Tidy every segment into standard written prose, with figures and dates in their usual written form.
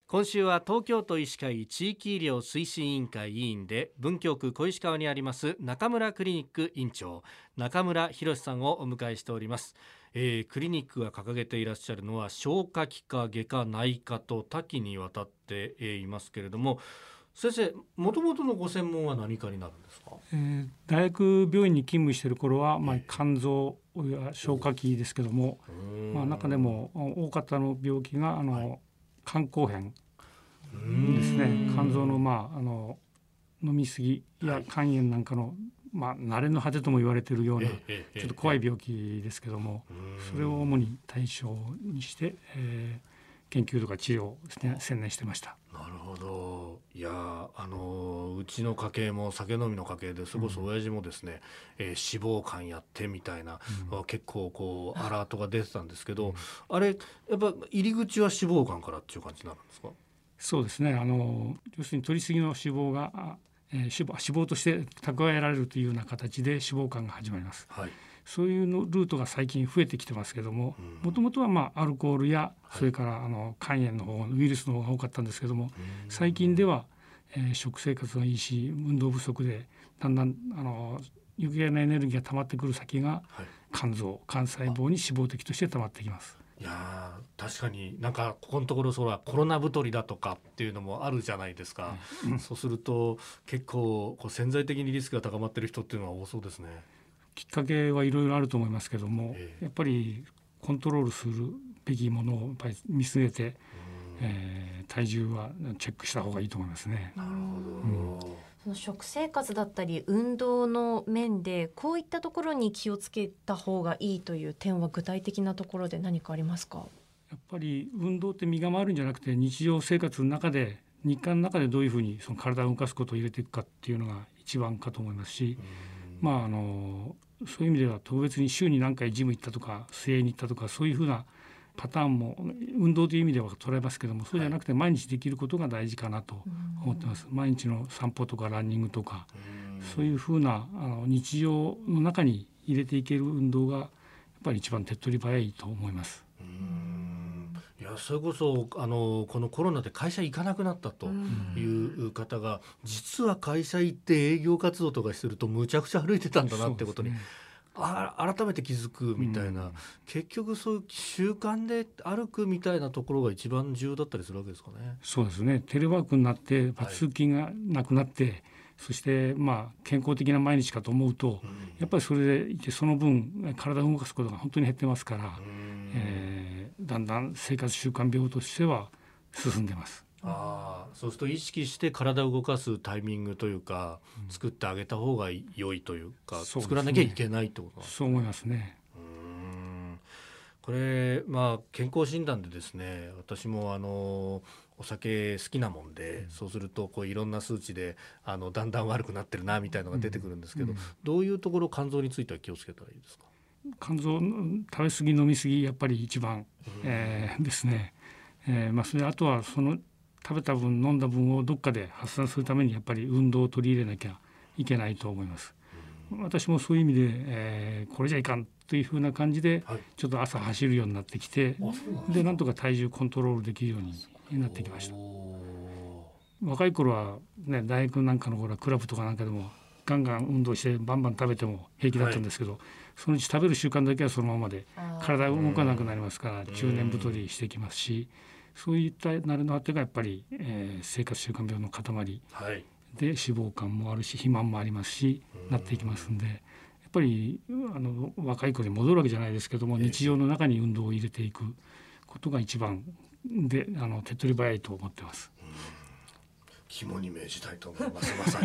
今週は東京都医師会地域医療推進委員会委員で文京区小石川にあります中村クリニック院長中村博さんをお迎えしております。クリニックが掲げていらっしゃるのは消化器科、外科、内科と多岐にわたっていますけれども、先生、もともとのご専門は何科になるんですか？ 大学病院に勤務している頃は、肝臓や消化器ですけども、中でも大方の病気が肝硬変ですね。肝臓の、飲み過ぎや肝炎なんかの、慣れの果てとも言われているようなちょっと怖い病気ですけども、それを主に対象にして、研究とか治療ですね、専念してました。 なるほど。いや、うちの家系も酒飲みの家系で、それこそ親父もですね、脂肪肝やってみたいな、結構こうアラートが出てたんですけど、あれやっぱ入り口は脂肪肝からっていう感じになるんですか？ そうですね。要するに摂りすぎの脂肪が脂肪として蓄えられるというような形で脂肪肝が始まります。そういうのルートが最近増えてきてますけども、もともとはアルコールやそれから肝炎の方、ウイルスの方が多かったんですけども、最近では、食生活がいいし運動不足でだんだん余計なエネルギーが溜まってくる先が、肝臓、肝細胞に脂肪的として溜まってきます。 いや、確かになんかここのところコロナ太りだとかっていうのもあるじゃないですか。そうすると結構潜在的にリスクが高まっている人っていうのは多そうですね。 きっかけはいろいろあると思いますけども、やっぱりコントロールするべきものをやっぱり見据えて、体重はチェックした方がいいと思いますね。 なるほど。 その食生活だったり運動の面でこういったところに気をつけた方がいいという点は具体的なところで何かありますか？ やっぱり運動って身が回るんじゃなくて、日常生活の中で日課の中でどういうふうにその体を動かすことを入れていくかっていうのが一番かと思いますし、そういう意味では特別に週に何回ジム行ったとか水泳に行ったとかそういうふうなパターンも運動という意味では捉えますけども、そうじゃなくて毎日できることが大事かなと思ってます。毎日の散歩とかランニングとか、そういうふうな日常の中に入れていける運動がやっぱり一番手っ取り早いと思います。 いや、それこそこのコロナで会社行かなくなったという方が、実は会社行って営業活動とかするとむちゃくちゃ歩いてたんだなってことに、改めて気づくみたいな、結局そういう習慣で歩くみたいなところが一番重要だったりするわけですかね。 そうですね。テレワークになって通勤がなくなって、そして健康的な毎日かと思うと、やっぱりそれでいてその分体を動かすことが本当に減ってますから、だんだん生活習慣病としては進んでます。 そうすると意識して体を動かすタイミングというか、作ってあげた方が良いというか、作らなきゃいけないってことなんですね。 そう思いますね。 これ、健康診断でですね、私もお酒好きなもんで、そうするといろんな数値でだんだん悪くなってるなみたいなのが出てくるんですけど、どういうところ肝臓については気をつけたらいいですか？ 肝臓食べ過ぎ飲み過ぎやっぱり一番、ですね。それあとはその食べた分飲んだ分をどっかで発散するためにやっぱり運動を取り入れなきゃいけないと思います。私もそういう意味で、これじゃいかんというふうな感じで、ちょっと朝走るようになってきて、でなんとか体重コントロールできるようになってきました。若い頃は、大学なんかの頃はクラブとかなんかでもガンガン運動してバンバン食べても平気だったんですけど、そのうち食べる習慣だけはそのままで体が動かなくなりますから中年太りしてきますし、そういったなるのあてがやっぱり、生活習慣病の塊で、脂肪肝もあるし肥満もありますしなっていきますんで、やっぱり若い頃に戻るわけじゃないですけども、日常の中に運動を入れていくことが一番で手っ取り早いと思ってます。 肝に銘じたいと思います。まさ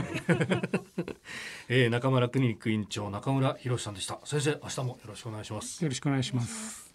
に中村クリニック院長中村博さんでした。先生、明日もよろしくお願いします。 よろしくお願いします。